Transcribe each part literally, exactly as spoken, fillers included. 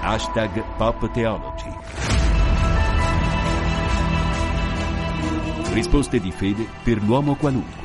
Hashtag Pop Theology. Risposte di fede per l'uomo qualunque.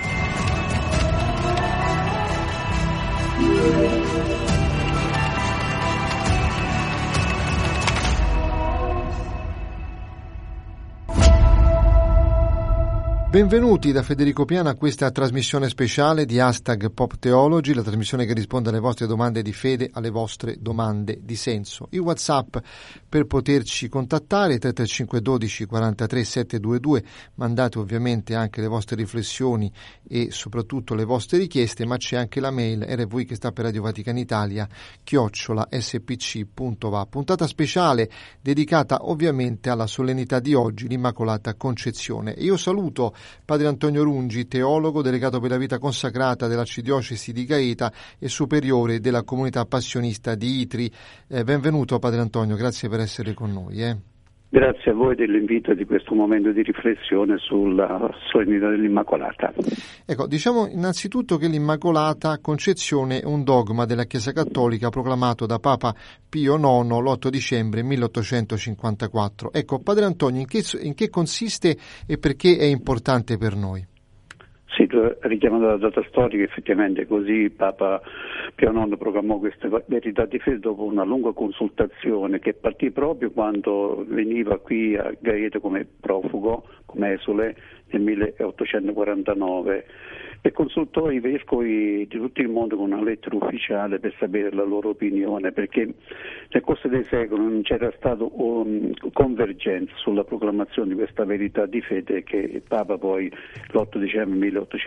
Benvenuti da Federico Piana a questa trasmissione speciale di Hashtag Pop Theology, la trasmissione che risponde alle vostre domande di fede, alle vostre domande di senso. Il WhatsApp per poterci contattare tre tre cinque uno due quattro sette due due, mandate ovviamente anche le vostre riflessioni e soprattutto le vostre richieste, ma c'è anche la mail R V I che sta per Radio Vaticana Italia chiocciola s p c punto v a. Puntata speciale dedicata ovviamente alla solennità di oggi, l'Immacolata Concezione. Io saluto Padre Antonio Rungi, teologo, delegato per la vita consacrata dell'Arcidiocesi di Gaeta e superiore della comunità passionista di Itri. Eh, benvenuto Padre Antonio, grazie per essere con noi. Eh. Grazie a voi dell'invito di questo momento di riflessione sulla solennità dell'Immacolata. Ecco, diciamo innanzitutto che l'Immacolata Concezione è un dogma della Chiesa Cattolica proclamato da Papa Pio nono l'otto dicembre milleottocentocinquantaquattro. Ecco, Padre Antonio, in che, in che consiste e perché è importante per noi? Sì, richiamando la data storica, effettivamente così Papa Pio nono proclamò queste verità di fede dopo una lunga consultazione che partì proprio quando veniva qui a Gaeta come profugo, come esule, nel milleottocentoquarantanove, e consultò i vescovi di tutto il mondo con una lettera ufficiale per sapere la loro opinione, perché nel corso dei secoli non c'era stato um, convergenza sulla proclamazione di questa verità di fede che il Papa poi l'otto dicembre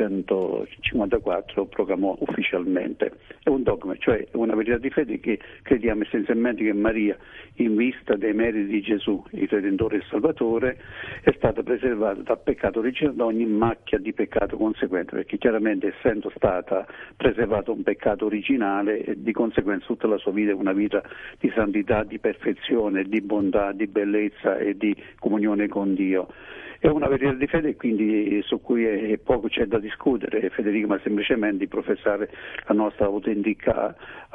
milleottocentocinquantaquattro proclamò ufficialmente. È un dogma, cioè una verità di fede che crediamo essenzialmente che Maria, in vista dei meriti di Gesù, il Redentore e Salvatore, è stata preservata dal peccato originale, da ogni macchia di peccato conseguente, perché chiaramente essendo stata preservata un peccato originale, e di conseguenza tutta la sua vita è una vita di santità, di perfezione, di bontà, di bellezza e di comunione con Dio. È una verità di fede quindi su cui è poco c'è da discutere, Federico, ma semplicemente di professare la nostra autentica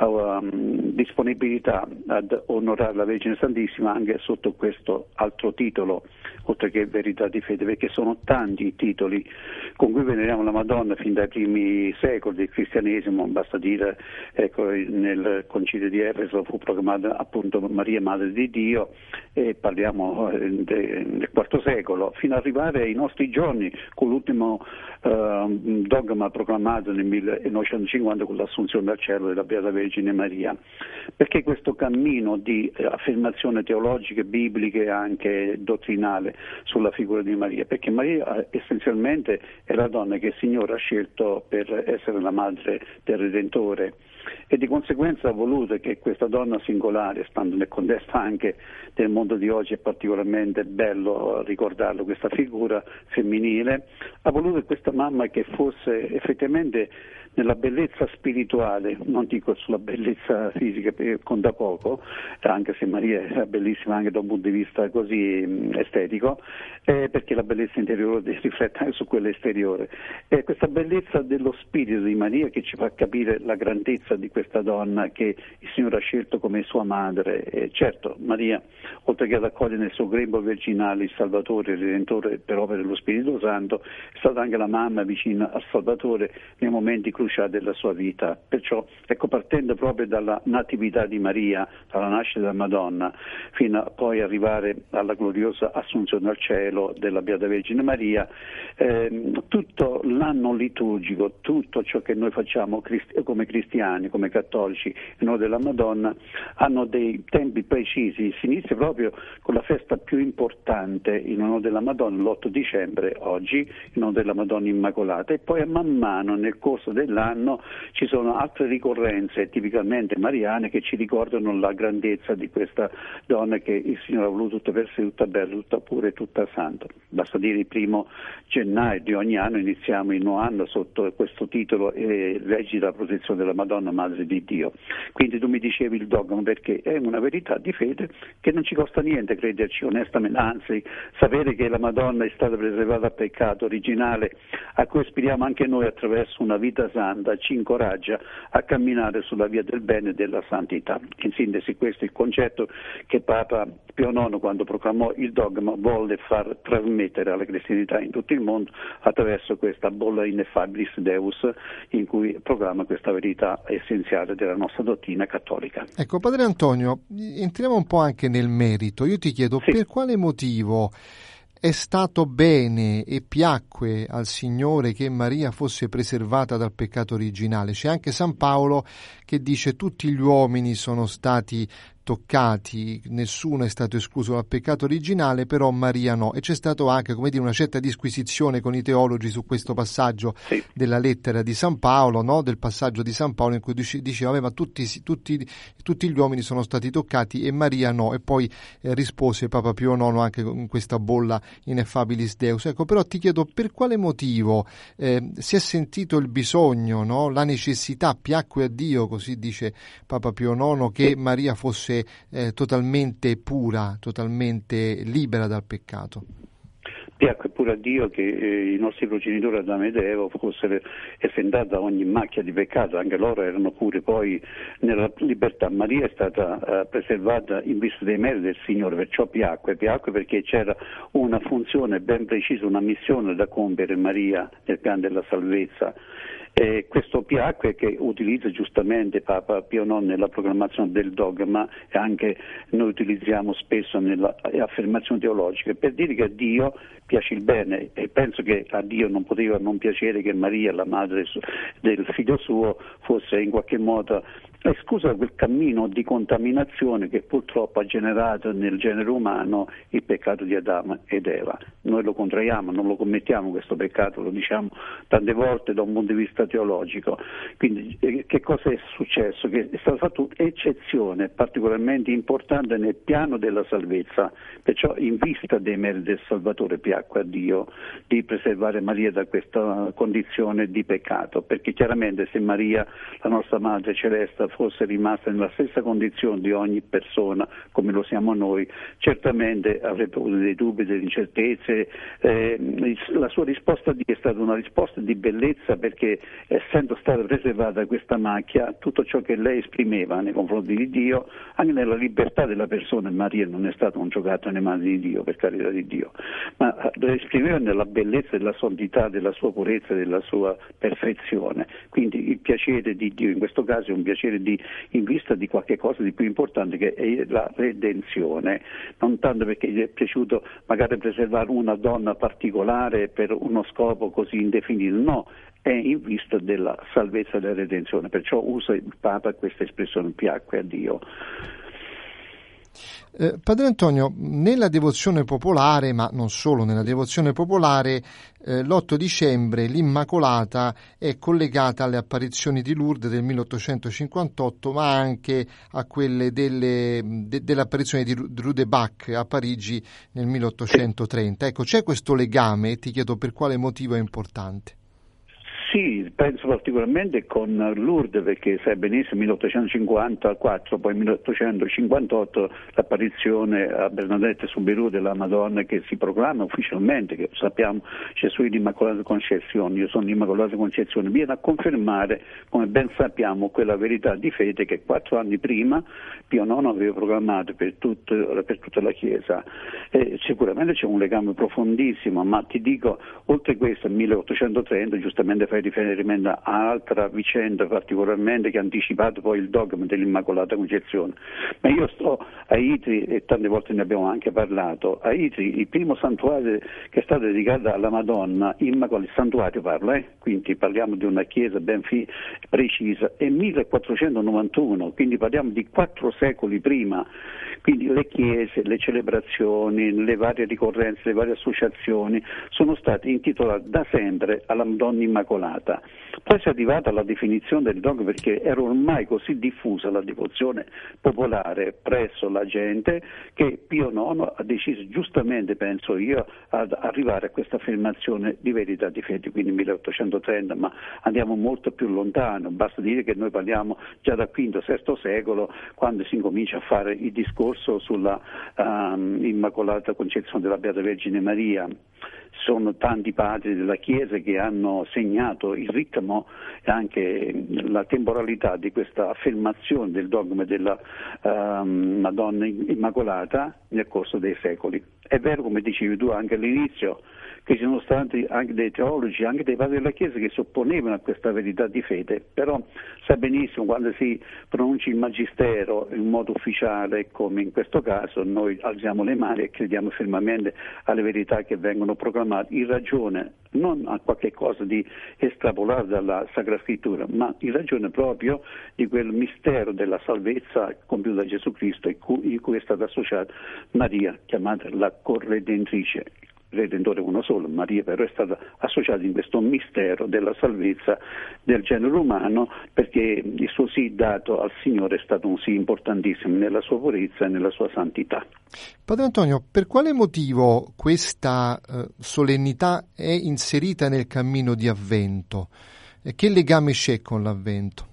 um, disponibilità ad onorare la Vergine Santissima anche sotto questo altro titolo, oltre che verità di fede, perché sono tanti i titoli con cui veneriamo la Madonna fin dai primi secoli del cristianesimo. Basta dire, ecco, nel Concilio di Efeso fu proclamata appunto Maria Madre di Dio, e parliamo del quarto secolo, fino ad arrivare ai nostri giorni con l'ultimo uh, dogma proclamato nel millenovecentocinquanta con l'assunzione dal cielo della Beata Vergine Maria. Perché questo cammino di eh, affermazione teologica, biblica e anche dottrinale sulla figura di Maria? Perché Maria essenzialmente è la donna che il Signore ha scelto per essere la madre del Redentore, e di conseguenza ha voluto che questa donna singolare, stando nel contesto anche del mondo di oggi, è particolarmente bello ricordarlo, questa figura femminile, ha voluto questa mamma che fosse effettivamente nella bellezza spirituale, non dico sulla bellezza fisica perché conta poco, anche se Maria è bellissima anche da un punto di vista così estetico, eh, perché la bellezza interiore riflette anche su quella esteriore. È questa bellezza dello spirito di Maria che ci fa capire la grandezza di questa donna che il Signore ha scelto come sua madre. E certo, Maria, oltre che ad accogliere nel suo grembo virginale il Salvatore, il Redentore per opera dello Spirito Santo, è stata anche la mamma vicina al Salvatore nei momenti cruciali della sua vita. Perciò, ecco, partendo proprio dalla natività di Maria, dalla nascita della Madonna, fino a poi arrivare alla gloriosa assunzione al cielo della Beata Vergine Maria, ehm, tutto l'anno liturgico, tutto ciò che noi facciamo cristi- come cristiani, come cattolici, in onore della Madonna, hanno dei tempi precisi. Si inizia proprio con la festa più importante in onore della Madonna, l'otto dicembre, oggi, in onore della Madonna Immacolata, e poi man mano nel corso dell'anno anno ci sono altre ricorrenze tipicamente mariane che ci ricordano la grandezza di questa donna che il Signore ha voluto tutta per sé, tutta bella, tutta pura e tutta santa. Basta dire il primo gennaio di ogni anno iniziamo il nuovo anno sotto questo titolo eh, Reggi la protezione della Madonna Madre di Dio. Quindi tu mi dicevi il dogma, perché è una verità di fede che non ci costa niente crederci onestamente, anzi sapere che la Madonna è stata preservata dal peccato originale a cui aspiriamo anche noi attraverso una vita Santa ci incoraggia a camminare sulla via del bene e della santità. In sintesi questo è il concetto che Papa Pio nono, quando proclamò il dogma, volle far trasmettere alla cristianità in tutto il mondo attraverso questa bolla ineffabilis Deus, in cui proclama questa verità essenziale della nostra dottrina cattolica. Ecco, Padre Antonio, entriamo un po' anche nel merito. Io ti chiedo Sì. Per quale motivo è stato bene e piacque al Signore che Maria fosse preservata dal peccato originale? C'è anche San Paolo che dice tutti gli uomini sono stati toccati, nessuno è stato escluso dal peccato originale, però Maria no. E c'è stato anche, come dire, una certa disquisizione con i teologi su questo passaggio Sì. della lettera di San Paolo, no? Del passaggio di San Paolo in cui dice, diceva vabbè, ma tutti, tutti, tutti gli uomini sono stati toccati e Maria no. E poi eh, rispose Papa Pio nono anche con questa bolla ineffabilis Deus. Ecco, però ti chiedo per quale motivo eh, si è sentito il bisogno, no? La necessità, piacque a Dio, così dice Papa Pio nono, che Sì. Maria fosse Eh, totalmente pura, totalmente libera dal peccato. Piacque pure a Dio che eh, i nostri progenitori Adamo ed Eva fossero esentati da ogni macchia di peccato, anche loro erano pure poi nella libertà. Maria è stata eh, preservata in vista dei meriti del Signore, perciò piacque, piacque perché c'era una funzione ben precisa, una missione da compiere Maria nel piano della salvezza. E questo piacque che utilizza giustamente Papa Pio nono nella proclamazione del dogma e anche noi utilizziamo spesso nelle affermazioni teologiche per dire che a Dio piace il bene, e penso che a Dio non poteva non piacere che Maria, la madre del figlio suo, fosse in qualche modo esclusa da quel cammino di contaminazione che purtroppo ha generato nel genere umano il peccato di Adamo ed Eva. Noi lo contraiamo, non lo commettiamo questo peccato, lo diciamo tante volte da un punto di vista teologico. Quindi eh, che cosa è successo? Che è stata fatta un'eccezione particolarmente importante nel piano della salvezza, perciò in vista dei meriti del Salvatore piacque a Dio di preservare Maria da questa condizione di peccato, perché chiaramente se Maria, la nostra Madre Celeste, fosse rimasta nella stessa condizione di ogni persona come lo siamo noi, certamente avrebbe avuto dei dubbi, delle incertezze. Eh, la sua risposta a Dio è stata una risposta di bellezza, perché essendo stata preservata da questa macchia, tutto ciò che lei esprimeva nei confronti di Dio, anche nella libertà della persona, Maria non è stata un giocattolo nelle mani di Dio, per carità di Dio, ma lo esprimeva nella bellezza della santità, della sua purezza, della sua perfezione. Quindi il piacere di Dio in questo caso è un piacere di, in vista di qualche cosa di più importante, che è la redenzione, non tanto perché gli è piaciuto magari preservare una donna particolare per uno scopo così indefinito, no, è in vista della salvezza e della redenzione, perciò usa il Papa questa espressione piacque a Dio. Eh, Padre Antonio, nella devozione popolare, ma non solo nella devozione popolare, eh, l'otto dicembre l'Immacolata è collegata alle apparizioni di Lourdes del milleottocentocinquantotto, ma anche a quelle delle, de, dell'apparizione di Rue de Bac a Parigi nel milleottocentotrenta. Ecco, c'è questo legame e ti chiedo per quale motivo è importante. Sì, penso particolarmente con Lourdes, perché sai benissimo milleottocentocinquantaquattro, poi milleottocentocinquantotto l'apparizione a Bernadette Soubirous della Madonna, che si proclama ufficialmente, che sappiamo Gesù è l'Immacolata Concezione, io sono l'Immacolata Concezione, viene a confermare, come ben sappiamo, quella verità di fede che quattro anni prima Pio nono aveva proclamato per, tutto, per tutta la Chiesa. E sicuramente c'è un legame profondissimo, ma ti dico, oltre questo, nel milleottocentotrenta, giustamente fai riferimento a un'altra vicenda particolarmente che ha anticipato poi il dogma dell'Immacolata Concezione. Ma io sto a Itri, e tante volte ne abbiamo anche parlato, a Itri il primo santuario che è stato dedicato alla Madonna Immacolata, il santuario parlo, eh? quindi parliamo di una chiesa ben fi- precisa, è millequattrocentonovantuno, quindi parliamo di quattro secoli prima, quindi le chiese, le celebrazioni, le varie ricorrenze, le varie associazioni sono state intitolate da sempre alla Madonna Immacolata. Poi si è arrivata alla definizione del dogma perché era ormai così diffusa la devozione popolare presso la gente che Pio nono ha deciso giustamente, penso io, ad arrivare a questa affermazione di verità di fede, quindi milleottocentotrenta, ma andiamo molto più lontano, basta dire che noi parliamo già dal quinto sesto secolo, quando si incomincia a fare il discorso sulla um, Immacolata Concezione della Beata Vergine Maria, sono tanti padri della Chiesa che hanno segnato il ritmo e anche la temporalità di questa affermazione del dogma della uh, Madonna Immacolata nel corso dei secoli. È vero, come dicevi tu anche all'inizio, che ci sono stati anche dei teologi, anche dei padri della Chiesa che si opponevano a questa verità di fede, però sa benissimo quando si pronuncia il magistero in modo ufficiale, come in questo caso, noi alziamo le mani e crediamo fermamente alle verità che vengono proclamate, in ragione non a qualche cosa di estrapolato dalla Sacra Scrittura, ma in ragione proprio di quel mistero della salvezza compiuta da Gesù Cristo in cui, in cui è stata associata Maria, chiamata la corredentrice. Redentore uno solo, Maria però è stata associata in questo mistero della salvezza del genere umano, perché il suo sì dato al Signore è stato un sì importantissimo nella sua purezza e nella sua santità. Padre Antonio, per quale motivo questa eh, solennità è inserita nel cammino di Avvento? E che legame c'è con l'Avvento?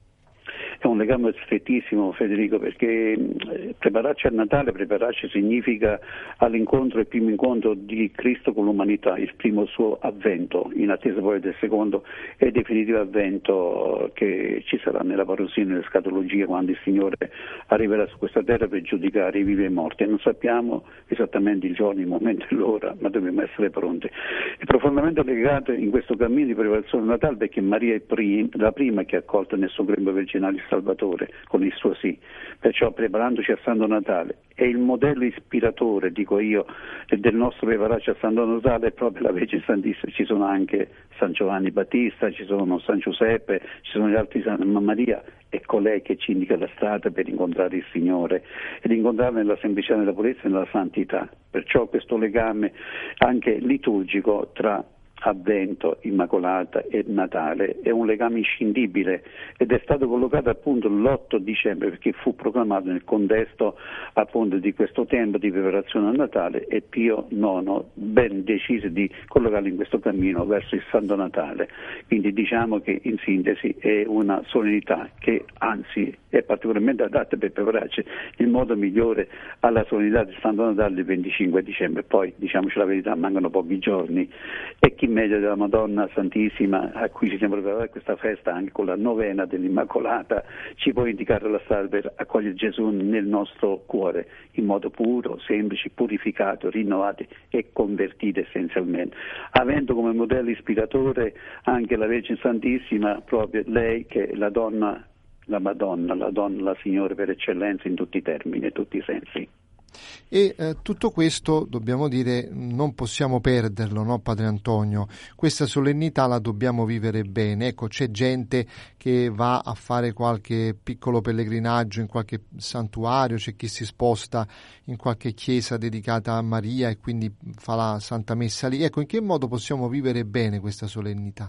È un legame strettissimo, Federico, perché prepararci a Natale, prepararci significa all'incontro, il primo incontro di Cristo con l'umanità, il primo suo avvento, in attesa poi del secondo e definitivo avvento che ci sarà nella parousia, nell'escatologia, quando il Signore arriverà su questa terra per giudicare i vivi e i morti. Non sappiamo esattamente il giorno, il momento e l'ora, ma dobbiamo essere pronti. È profondamente legato in questo cammino di preparazione a Natale perché Maria è prim- la prima che ha accolto nel suo grembo virginale il Salvatore con il suo sì, perciò preparandoci a Santo Natale e il modello ispiratore, dico io, del nostro prepararci a Santo Natale è proprio la Vergine Santissima. Ci sono anche San Giovanni Battista, ci sono San Giuseppe, ci sono gli altri Santa Maria, è colei che ci indica la strada per incontrare il Signore ed incontrarlo nella semplicità, nella purezza e nella santità. Perciò questo legame anche liturgico tra Avvento, Immacolata e Natale è un legame inscindibile ed è stato collocato appunto l'otto dicembre perché fu proclamato nel contesto appunto di questo tempo di preparazione a Natale e Pio nono ben decise di collocarlo in questo cammino verso il Santo Natale. Quindi diciamo che in sintesi è una solennità che anzi è particolarmente adatta per prepararci in modo migliore alla solennità del Santo Natale del venticinque dicembre. Poi diciamoci la verità, mancano pochi giorni e chi meglio della Madonna Santissima a cui ci siamo preparati a questa festa anche con la novena dell'Immacolata ci può indicare la strada per accogliere Gesù nel nostro cuore in modo puro, semplice, purificato, rinnovato e convertito essenzialmente, avendo come modello ispiratore anche la Vergine Santissima, proprio lei che è la donna, la Madonna, la donna, la Signore per eccellenza in tutti i termini e tutti i sensi. E eh, tutto questo, dobbiamo dire, non possiamo perderlo, no, Padre Antonio? Questa solennità la dobbiamo vivere bene. Ecco, c'è gente che va a fare qualche piccolo pellegrinaggio in qualche santuario, c'è chi si sposta in qualche chiesa dedicata a Maria e quindi fa la Santa Messa lì. Ecco, in che modo possiamo vivere bene questa solennità?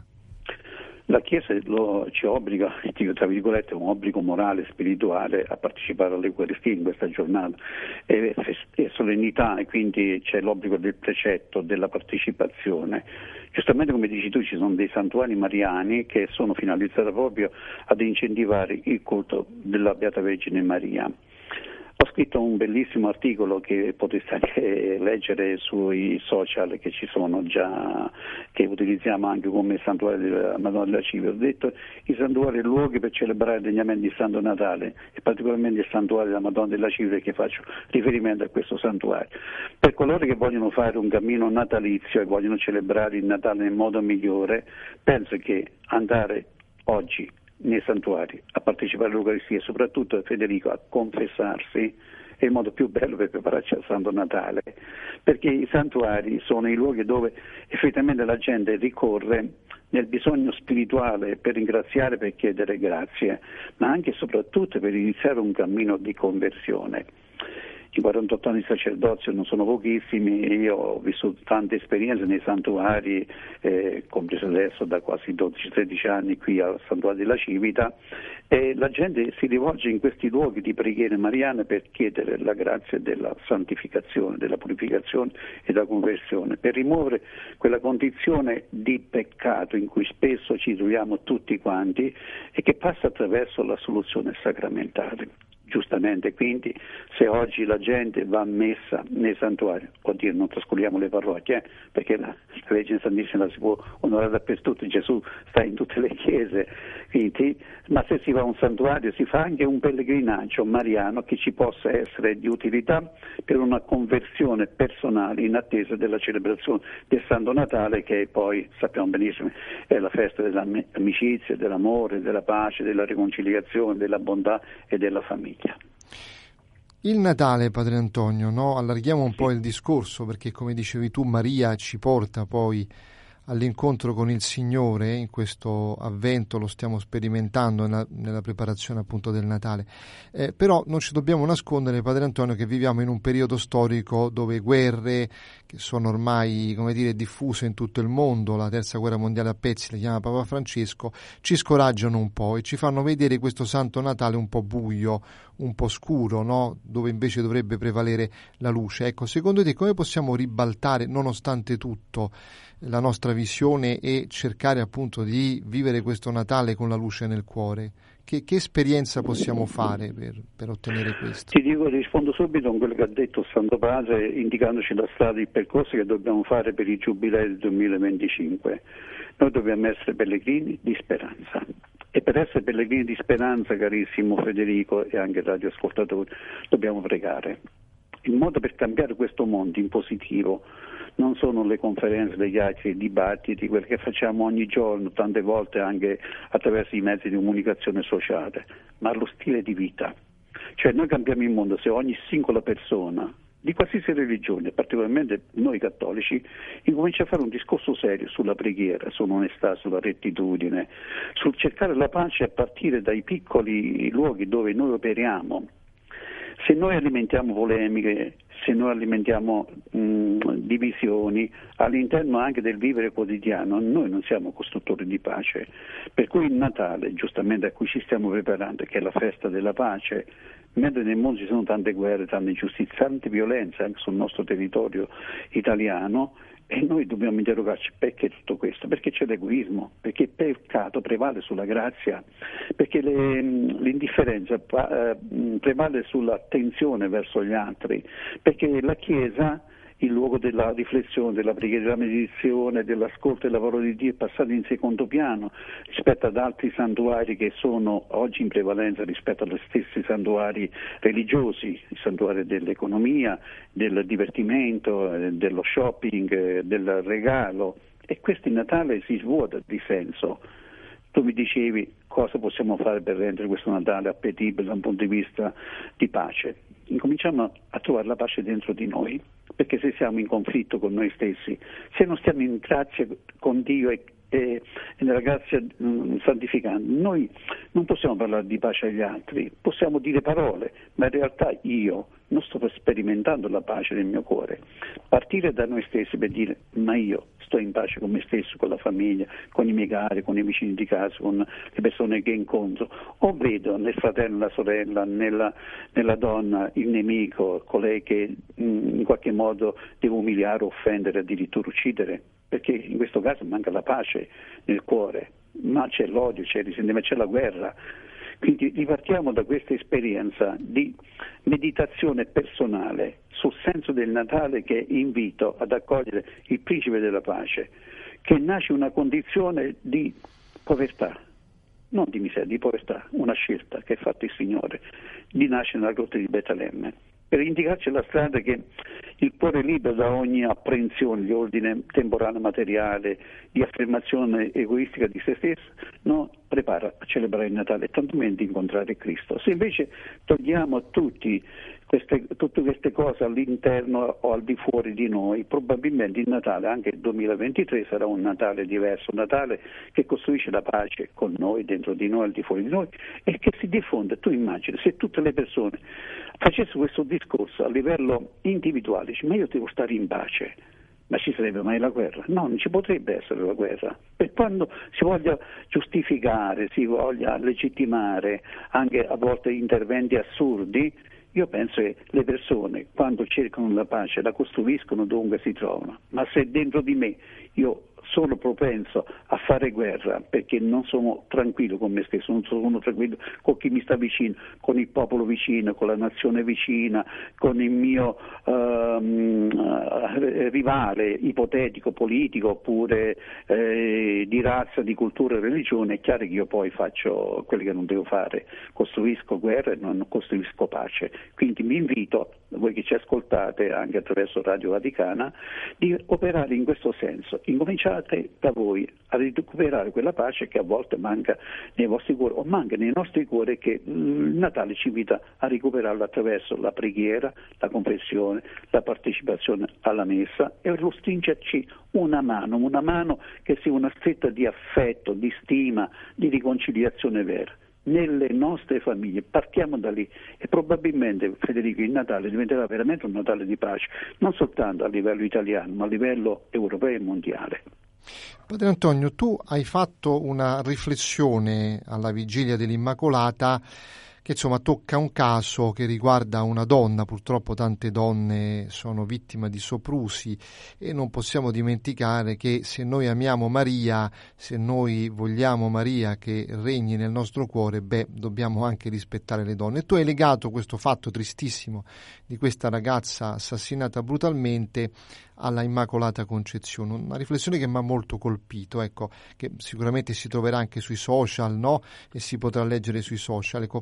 La Chiesa lo, ci obbliga, tra virgolette, un obbligo morale, spirituale a partecipare all'Eucaristia in questa giornata. È, è solennità e quindi c'è l'obbligo del precetto, della partecipazione. Giustamente come dici tu ci sono dei santuari mariani che sono finalizzati proprio ad incentivare il culto della Beata Vergine Maria. Ho scritto un bellissimo articolo che potreste anche leggere sui social che ci sono già, che utilizziamo anche come santuario della Madonna della Civita. Ho detto i santuari luoghi per celebrare degnamente il Santo Natale e particolarmente il santuario della Madonna della Civita che faccio riferimento a questo santuario. Per coloro che vogliono fare un cammino natalizio e vogliono celebrare il Natale nel modo migliore, penso che andare oggi nei santuari, a partecipare all'Eucaristia e soprattutto, Federico, a confessarsi è il modo più bello per prepararci al Santo Natale, perché i santuari sono i luoghi dove effettivamente la gente ricorre nel bisogno spirituale per ringraziare, per chiedere grazie, ma anche e soprattutto per iniziare un cammino di conversione. I quarantotto anni di sacerdozio non sono pochissimi, io ho vissuto tante esperienze nei santuari, eh, compreso adesso da quasi dodici tredici anni qui al Santuario della Civita, e la gente si rivolge in questi luoghi di preghiere mariane per chiedere la grazia della santificazione, della purificazione e della conversione, per rimuovere quella condizione di peccato in cui spesso ci troviamo tutti quanti e che passa attraverso la soluzione sacramentale. giustamente. Quindi se oggi la gente va a messa nei santuari, oddio, non trascuriamo le parrocchie, eh, perché la, la Vergine Santissima la si può onorare dappertutto, Gesù sta in tutte le chiese, quindi, ma se si va a un santuario si fa anche un pellegrinaggio mariano che ci possa essere di utilità per una conversione personale in attesa della celebrazione del Santo Natale, che poi sappiamo benissimo è la festa dell'amicizia, dell'amore, della pace, della riconciliazione, della bontà e della famiglia. Il Natale, Padre Antonio, no? Allarghiamo un sì. po' il discorso, perché come dicevi tu, Maria ci porta poi all'incontro con il Signore. In questo avvento lo stiamo sperimentando nella, nella preparazione appunto del Natale, eh, però non ci dobbiamo nascondere, Padre Antonio, che viviamo in un periodo storico dove guerre che sono ormai, come dire, diffuse in tutto il mondo, la terza guerra mondiale a pezzi, la chiama Papa Francesco, ci scoraggiano un po' e ci fanno vedere questo Santo Natale un po' buio, un po' scuro, no? Dove invece dovrebbe prevalere la luce. Ecco, secondo te come possiamo ribaltare, nonostante tutto, la nostra visione e cercare appunto di vivere questo Natale con la luce nel cuore? Che, che esperienza possiamo fare per, per ottenere questo? Ti dico, rispondo subito con quello che ha detto il Santo Padre, indicandoci la strada, il percorso che dobbiamo fare per i giubilei del duemilaventicinque. Noi dobbiamo essere pellegrini di speranza. E per essere pellegrini di speranza, carissimo Federico e anche radioascoltatori, dobbiamo pregare. Il modo per cambiare questo mondo in positivo non sono le conferenze, le chiacchiere, i dibattiti, quelli che facciamo ogni giorno, tante volte anche attraverso i mezzi di comunicazione sociale, ma lo stile di vita. Cioè noi cambiamo il mondo se ogni singola persona, di qualsiasi religione, particolarmente noi cattolici, incomincia a fare un discorso serio sulla preghiera, sull'onestà, sulla rettitudine, sul cercare la pace a partire dai piccoli luoghi dove noi operiamo. Se noi alimentiamo polemiche, se noi alimentiamo mh, divisioni all'interno anche del vivere quotidiano, noi non siamo costruttori di pace. Per cui il Natale, giustamente a cui ci stiamo preparando, che è la festa della pace, mentre nel mondo ci sono tante guerre, tante ingiustizie, tante violenze anche sul nostro territorio italiano, e noi dobbiamo interrogarci perché tutto questo, perché c'è l'egoismo, perché il peccato prevale sulla grazia, perché le, l'indifferenza prevale sull'attenzione verso gli altri, perché la Chiesa, il luogo della riflessione, della preghiera, della meditazione, dell'ascolto della parola di Dio, è passato in secondo piano rispetto ad altri santuari che sono oggi in prevalenza rispetto agli stessi santuari religiosi, il santuario dell'economia, del divertimento, dello shopping, del regalo, e questo in Natale si svuota di senso. Tu mi dicevi cosa possiamo fare per rendere questo Natale appetibile da un punto di vista di pace. Incominciamo a trovare la pace dentro di noi, perché se siamo in conflitto con noi stessi, se non stiamo in grazia con Dio e, e, e nella grazia mh, santificante, noi non possiamo parlare di pace agli altri, possiamo dire parole, ma in realtà io non sto sperimentando la pace nel mio cuore. Partire da noi stessi per dire ma io sto in pace con me stesso, con la famiglia, con i miei cari, con i vicini di casa, con le persone che incontro, o vedo nel fratello, la sorella, nella, nella donna il nemico, colei che mh, in qualche modo devo umiliare, offendere, addirittura uccidere, perché in questo caso manca la pace nel cuore, ma c'è l'odio, c'è il risentimento, c'è la guerra. Quindi ripartiamo da questa esperienza di meditazione personale sul senso del Natale, che invito ad accogliere il principe della pace, che nasce una condizione di povertà, non di miseria, di povertà, una scelta che ha fatto il Signore, di nascere nella grotta di Betlemme, per indicarci la strada che il cuore libero da ogni apprensione di ordine temporale, materiale, di affermazione egoistica di se stesso, no, prepara a celebrare il Natale e tanto meno di incontrare Cristo. Se invece togliamo tutti queste, tutte queste cose all'interno o al di fuori di noi, probabilmente il Natale, anche il duemilaventitré, sarà un Natale diverso, un Natale che costruisce la pace con noi, dentro di noi, al di fuori di noi, e che si diffonde. Tu immagini, se tutte le persone facessero questo discorso a livello individuale, dici, ma io devo stare in pace, ma ci sarebbe mai la guerra? No, non ci potrebbe essere la guerra. Per quando si voglia giustificare, si voglia legittimare anche a volte interventi assurdi, io penso che le persone, quando cercano la pace, la costruiscono dovunque si trovano, ma se dentro di me io sono propenso a fare guerra perché non sono tranquillo con me stesso, non sono tranquillo con chi mi sta vicino, con il popolo vicino, con la nazione vicina, con il mio ehm, rivale ipotetico, politico oppure eh, di razza, di cultura e religione, è chiaro che io poi faccio quello che non devo fare, costruisco guerra e non costruisco pace. Quindi vi invito, voi che ci ascoltate anche attraverso Radio Vaticana, di operare in questo senso. Incominciate da voi a recuperare quella pace che a volte manca nei vostri cuori o manca nei nostri cuori, che il Natale ci invita a recuperarlo attraverso la preghiera, la confessione, la partecipazione alla messa e lo stringerci una mano, una mano che sia una stretta di affetto, di stima, di riconciliazione vera nelle nostre famiglie. Partiamo da lì e probabilmente, Federico, il Natale diventerà veramente un Natale di pace, non soltanto a livello italiano ma a livello europeo e mondiale. Padre Antonio, tu hai fatto una riflessione alla vigilia dell'Immacolata che insomma tocca un caso che riguarda una donna. Purtroppo tante donne sono vittime di soprusi e non possiamo dimenticare che se noi amiamo Maria, se noi vogliamo Maria che regni nel nostro cuore, beh, dobbiamo anche rispettare le donne. E tu hai legato questo fatto tristissimo di questa ragazza assassinata brutalmente alla Immacolata Concezione, una riflessione che mi ha molto colpito, ecco, che sicuramente si troverà anche sui social, no? E si potrà leggere sui social. Ecco,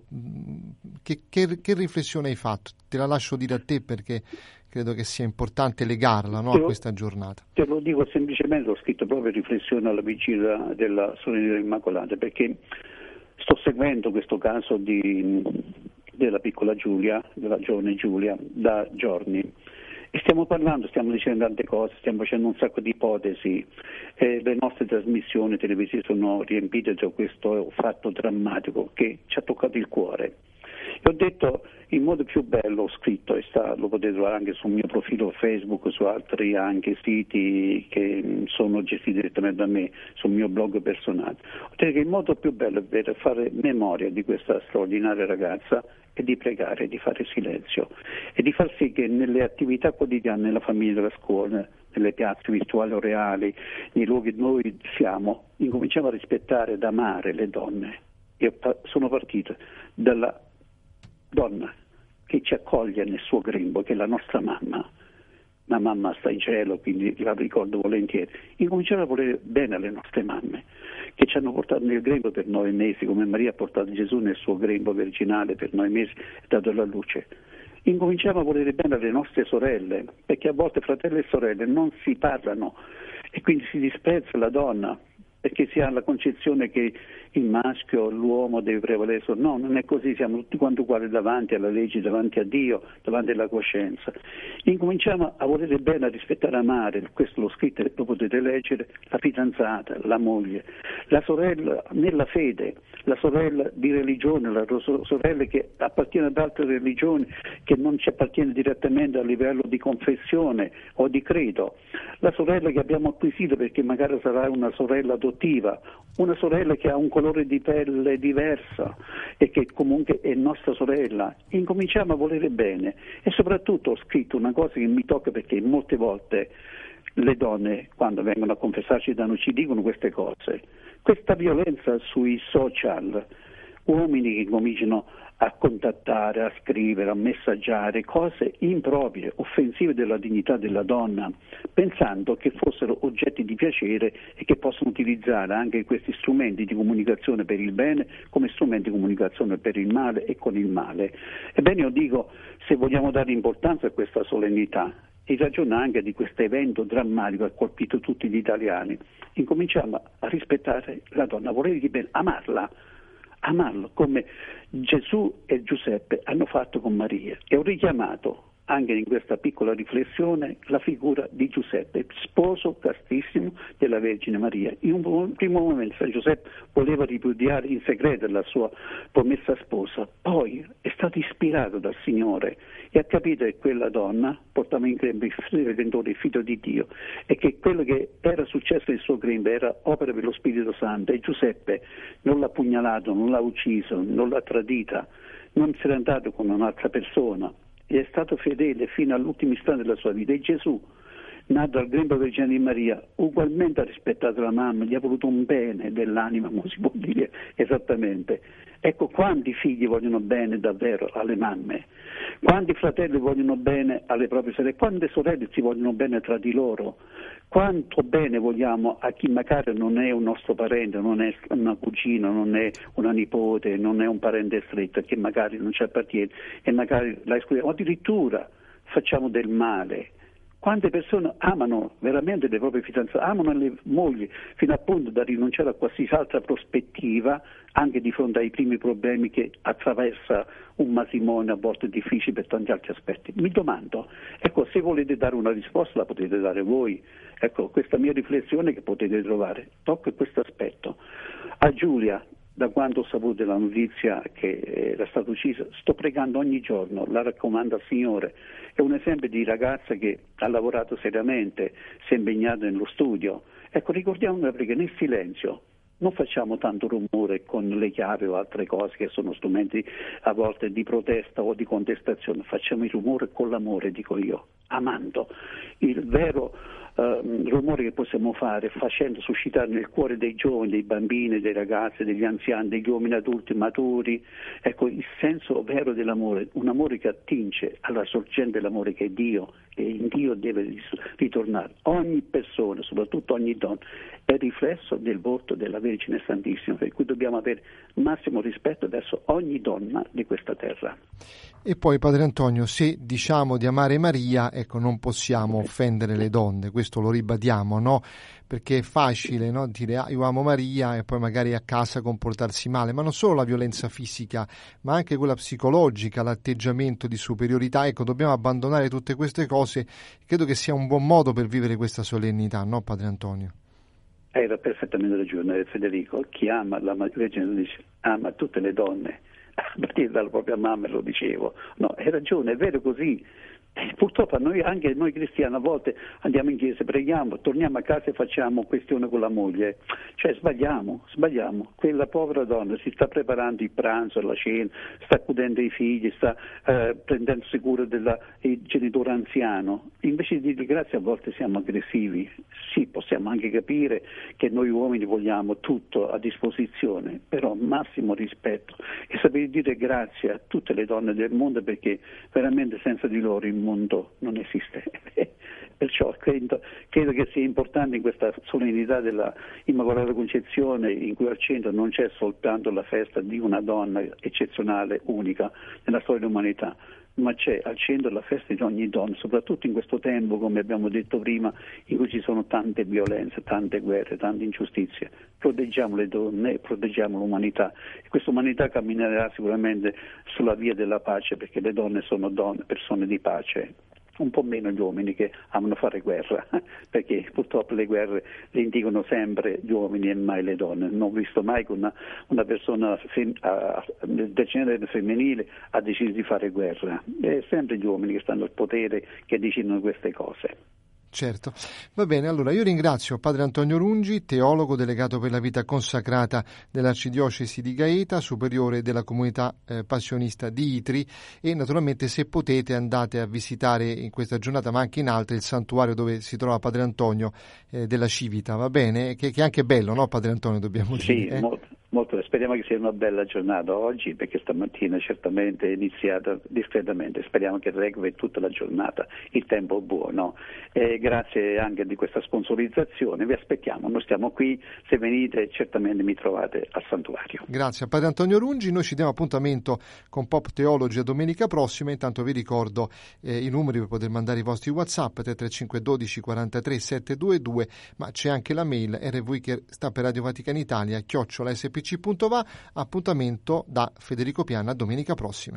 che, che, che riflessione hai fatto? Te la lascio dire a te perché credo che sia importante legarla, no, a questa giornata. Te lo dico semplicemente, ho scritto proprio riflessione alla vigilia della Solennità Immacolata, perché sto seguendo questo caso di, della piccola Giulia, della giovane Giulia, da giorni. E stiamo parlando, stiamo dicendo tante cose, stiamo facendo un sacco di ipotesi, eh, le nostre trasmissioni televisive sono riempite da questo fatto drammatico che ci ha toccato il cuore. E ho detto in modo più bello, ho scritto, e sta, lo potete trovare anche sul mio profilo Facebook, su altri anche siti che sono gestiti direttamente da me, sul mio blog personale. Ho detto che il modo più bello è per fare memoria di questa straordinaria ragazza è di pregare, di fare silenzio e di far sì che nelle attività quotidiane, nella famiglia, nella scuola, nelle piazze virtuali o reali, nei luoghi dove noi siamo, incominciamo a rispettare ed amare le donne. Io sono partito dalla donna che ci accoglie nel suo grembo, che è la nostra mamma. La mamma sta in cielo, quindi la ricordo volentieri. Incominciare a volere bene alle nostre mamme, che ci hanno portato nel grembo per nove mesi, come Maria ha portato Gesù nel suo grembo virginale per nove mesi e dato la luce. Incominciamo a volere bene alle nostre sorelle, perché a volte fratelli e sorelle non si parlano e quindi si disprezza la donna, perché si ha la concezione che il maschio, l'uomo deve prevalere. No, non è così, siamo tutti quanti uguali davanti alla legge, davanti a Dio, davanti alla coscienza. Incominciamo a volere bene, a rispettare, a amare, questo l'ho scritto e lo potete leggere, la fidanzata, la moglie, la sorella nella fede, la sorella di religione, la sorella che appartiene ad altre religioni, che non ci appartiene direttamente a livello di confessione o di credo, la sorella che abbiamo acquisito perché magari sarà una sorella adottiva, una sorella che ha un colore di pelle diversa e che comunque è nostra sorella. Incominciamo a volere bene e soprattutto ho scritto una cosa che mi tocca, perché molte volte le donne quando vengono a confessarci da noi ci dicono queste cose. Questa violenza sui social, uomini che cominciano a contattare, a scrivere, a messaggiare cose improprie, offensive della dignità della donna, pensando che fossero oggetti di piacere e che possono utilizzare anche questi strumenti di comunicazione per il bene come strumenti di comunicazione per il male e con il male. Ebbene, io dico, se vogliamo dare importanza a questa solennità, in ragione anche di questo evento drammatico che ha colpito tutti gli italiani, incominciamo a rispettare la donna, a volergli bene, amarla, amarlo come Gesù e Giuseppe hanno fatto con Maria. E ho richiamato anche in questa piccola riflessione la figura di Giuseppe, sposo castissimo della Vergine Maria. In un primo momento San Giuseppe voleva ripudiare in segreto la sua promessa sposa, poi è stato ispirato dal Signore e ha capito che quella donna portava in grembo il Redentore, il Figlio di Dio, e che quello che era successo nel suo grembo era opera per lo Spirito Santo, e Giuseppe non l'ha pugnalato, non l'ha ucciso, non l'ha tradita, non se n'è andato con un'altra persona, e è stato fedele fino all'ultimo istante della sua vita. E Gesù nato al grembo Vergine di Maria, ugualmente ha rispettato la mamma, gli ha voluto un bene dell'anima, come si può dire esattamente. Ecco, quanti figli vogliono bene davvero alle mamme, quanti fratelli vogliono bene alle proprie sorelle, quante sorelle si vogliono bene tra di loro, quanto bene vogliamo a chi magari non è un nostro parente, non è una cugina, non è una nipote, non è un parente stretto, che magari non ci appartiene e magari la escludiamo, addirittura facciamo del male. Quante persone amano veramente le proprie fidanzate, amano le mogli, fino appunto da rinunciare a qualsiasi altra prospettiva, anche di fronte ai primi problemi che attraversa un matrimonio a volte difficile per tanti altri aspetti. Mi domando, ecco, se volete dare una risposta la potete dare voi. Ecco, questa mia riflessione che potete trovare, tocca questo aspetto. A Giulia, da quando ho saputo della notizia che era stata uccisa, sto pregando ogni giorno, la raccomando al Signore. È un esempio di ragazza che ha lavorato seriamente, si è impegnata nello studio. Ecco, ricordiamo una preghiera nel silenzio. Non facciamo tanto rumore con le chiavi o altre cose che sono strumenti a volte di protesta o di contestazione. Facciamo il rumore con l'amore, dico io, amando. Il vero Uh, rumore che possiamo fare facendo suscitare nel cuore dei giovani, dei bambini, dei ragazzi, degli anziani, degli uomini adulti maturi, ecco, il senso vero dell'amore, un amore che attinge alla sorgente dell'amore che è Dio, e in Dio deve ritornare. Ogni persona, soprattutto ogni donna, è riflesso del volto della Vergine Santissima, per cui dobbiamo avere massimo rispetto verso ogni donna di questa terra. E poi, Padre Antonio, se diciamo di amare Maria, ecco, non possiamo offendere le donne, questo lo ribadiamo, no? Perché è facile, no, dire ah, io amo Maria e poi magari a casa comportarsi male, ma non solo la violenza fisica, ma anche quella psicologica, l'atteggiamento di superiorità. Ecco, dobbiamo abbandonare tutte queste cose. Credo che sia un buon modo per vivere questa solennità, no, Padre Antonio? Hai perfettamente ragione, Federico. Chi ama la Vergine dice ama tutte le donne, a partire dalla propria mamma, lo dicevo. No, hai ragione, è vero così. Eh, purtroppo noi, anche noi cristiani, a volte andiamo in chiesa, preghiamo, torniamo a casa e facciamo questione con la moglie. Cioè sbagliamo, sbagliamo. Quella povera donna si sta preparando il pranzo, la cena, sta accudendo i figli, sta eh, prendendosi cura del genitore anziano. Invece di dire grazie a volte siamo aggressivi. Sì, possiamo anche capire che noi uomini vogliamo tutto a disposizione, però massimo rispetto e sapere dire grazie a tutte le donne del mondo, perché veramente senza di loro il mondo non esiste. Perciò credo, credo che sia importante in questa solennità della Immacolata Concezione, in cui al centro non c'è soltanto la festa di una donna eccezionale, unica nella storia dell'umanità, ma c'è al centro la festa di ogni donna, soprattutto in questo tempo, come abbiamo detto prima, in cui ci sono tante violenze, tante guerre, tante ingiustizie. Proteggiamo le donne, proteggiamo l'umanità, e questa umanità camminerà sicuramente sulla via della pace, perché le donne sono donne, persone di pace. Un po' meno gli uomini che amano fare guerra, perché purtroppo le guerre le indicano sempre gli uomini e mai le donne. Non ho visto mai che una, una persona fem, uh, del genere femminile ha deciso di fare guerra. È sempre gli uomini che stanno al potere che decidono queste cose. Certo. Va bene, allora io ringrazio Padre Antonio Rungi, teologo delegato per la vita consacrata dell'Arcidiocesi di Gaeta, superiore della comunità eh, passionista di Itri, e naturalmente se potete andate a visitare in questa giornata, ma anche in altre, il santuario dove si trova Padre Antonio eh, della Civita, va bene? Che, che è anche bello, no, Padre Antonio, dobbiamo sì, dire? Sì, eh? molto. Molto, speriamo che sia una bella giornata oggi, perché stamattina certamente è iniziata discretamente, speriamo che regoli tutta la giornata, il tempo buono. E grazie anche di questa sponsorizzazione, vi aspettiamo, noi stiamo qui, se venite certamente mi trovate al santuario. Grazie a Padre Antonio Rungi, noi ci diamo appuntamento con Pop Theology a domenica prossima, intanto vi ricordo eh, i numeri per poter mandare i vostri WhatsApp tre tre cinque uno due quarantatré settecentoventidue, ma c'è anche la mail R V che sta per Radio Vaticana Italia, chiocciola S P C punto va. Appuntamento da Federico Piana domenica prossima.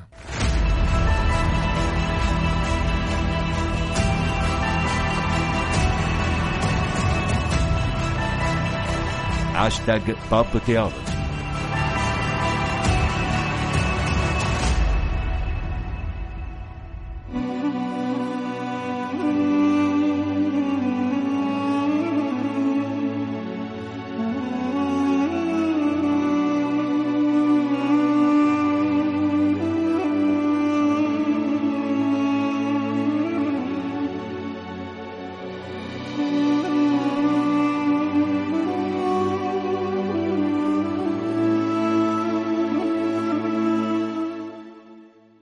Hashtag Pop Theology.